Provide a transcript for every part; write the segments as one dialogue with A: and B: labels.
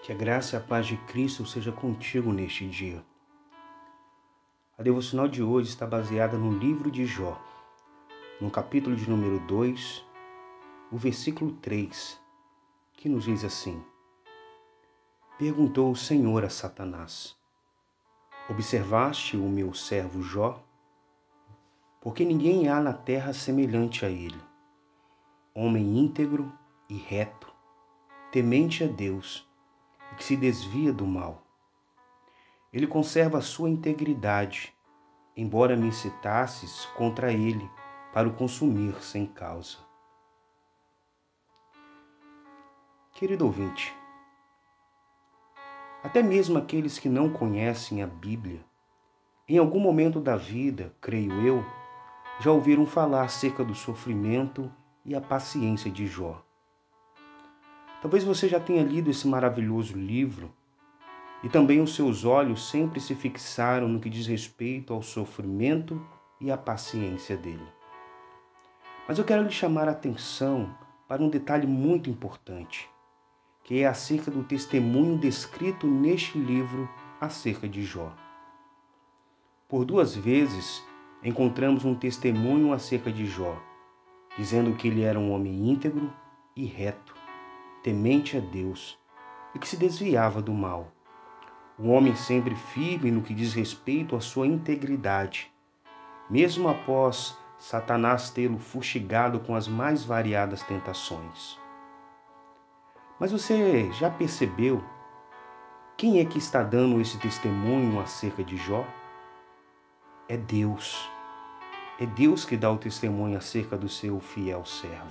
A: Que a graça e a paz de Cristo seja contigo neste dia. A devocional de hoje está baseada no livro de Jó, no capítulo de número 2, o versículo 3, que nos diz assim: Perguntou o Senhor a Satanás: Observaste o meu servo Jó? Porque ninguém há na terra semelhante a ele, homem íntegro e reto, temente a Deus e que se desvia do mal. Ele conserva a sua integridade, embora me incitasses contra ele para o consumir sem causa. Querido ouvinte, até mesmo aqueles que não conhecem a Bíblia, em algum momento da vida, creio eu, já ouviram falar acerca do sofrimento e a paciência de Jó. Talvez você já tenha lido esse maravilhoso livro e também os seus olhos sempre se fixaram no que diz respeito ao sofrimento e à paciência dele. Mas eu quero lhe chamar a atenção para um detalhe muito importante, que é acerca do testemunho descrito neste livro acerca de Jó. Por 2 vezes encontramos um testemunho acerca de Jó, dizendo que ele era um homem íntegro e reto, temente a Deus e que se desviava do mal. Um homem sempre firme no que diz respeito à sua integridade, mesmo após Satanás tê-lo fustigado com as mais variadas tentações. Mas você já percebeu quem é que está dando esse testemunho acerca de Jó? É Deus. É Deus que dá o testemunho acerca do seu fiel servo.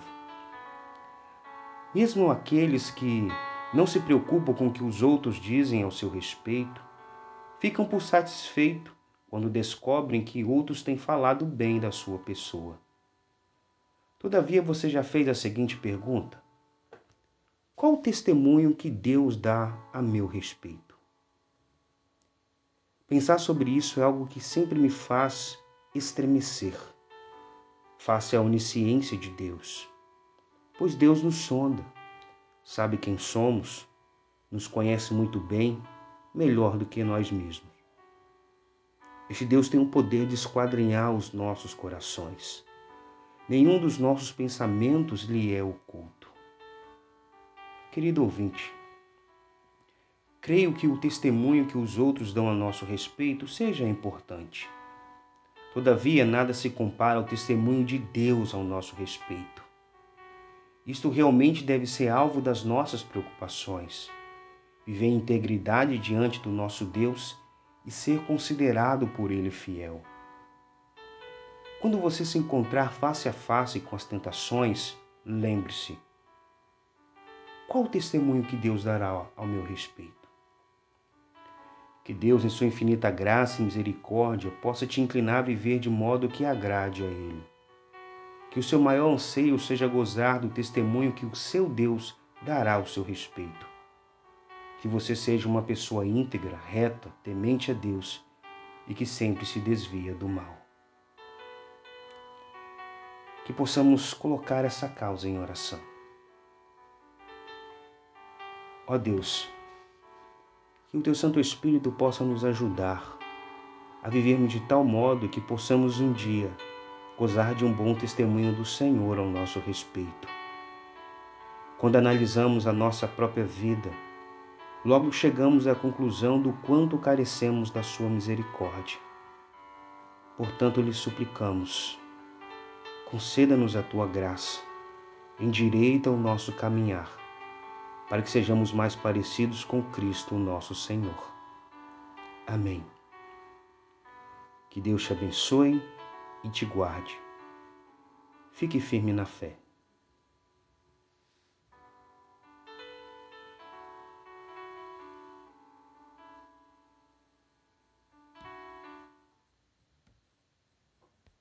A: Mesmo aqueles que não se preocupam com o que os outros dizem ao seu respeito, ficam por satisfeito quando descobrem que outros têm falado bem da sua pessoa. Todavia, você já fez a seguinte pergunta: qual o testemunho que Deus dá a meu respeito? Pensar sobre isso é algo que sempre me faz estremecer, face à onisciência de Deus, pois Deus nos sonda, sabe quem somos, nos conhece muito bem, melhor do que nós mesmos. Este Deus tem o poder de esquadrinhar os nossos corações. Nenhum dos nossos pensamentos lhe é oculto. Querido ouvinte, creio que o testemunho que os outros dão a nosso respeito seja importante. Todavia, nada se compara ao testemunho de Deus ao nosso respeito. Isto realmente deve ser alvo das nossas preocupações. Viver em integridade diante do nosso Deus e ser considerado por Ele fiel. Quando você se encontrar face a face com as tentações, lembre-se: qual o testemunho que Deus dará ao meu respeito? Que Deus, em sua infinita graça e misericórdia, possa te inclinar a viver de modo que agrade a Ele. Que o seu maior anseio seja gozar do testemunho que o seu Deus dará ao seu respeito. Que você seja uma pessoa íntegra, reta, temente a Deus e que sempre se desvia do mal. Que possamos colocar essa causa em oração. Ó Deus, que o Teu Santo Espírito possa nos ajudar a vivermos de tal modo que possamos um dia gozar de um bom testemunho do Senhor ao nosso respeito. Quando analisamos a nossa própria vida, logo chegamos à conclusão do quanto carecemos da Sua misericórdia. Portanto, lhe suplicamos, conceda-nos a Tua graça, endireita o nosso caminhar, para que sejamos mais parecidos com Cristo, o nosso Senhor. Amém. Que Deus te abençoe e te guarde. Fique firme na fé.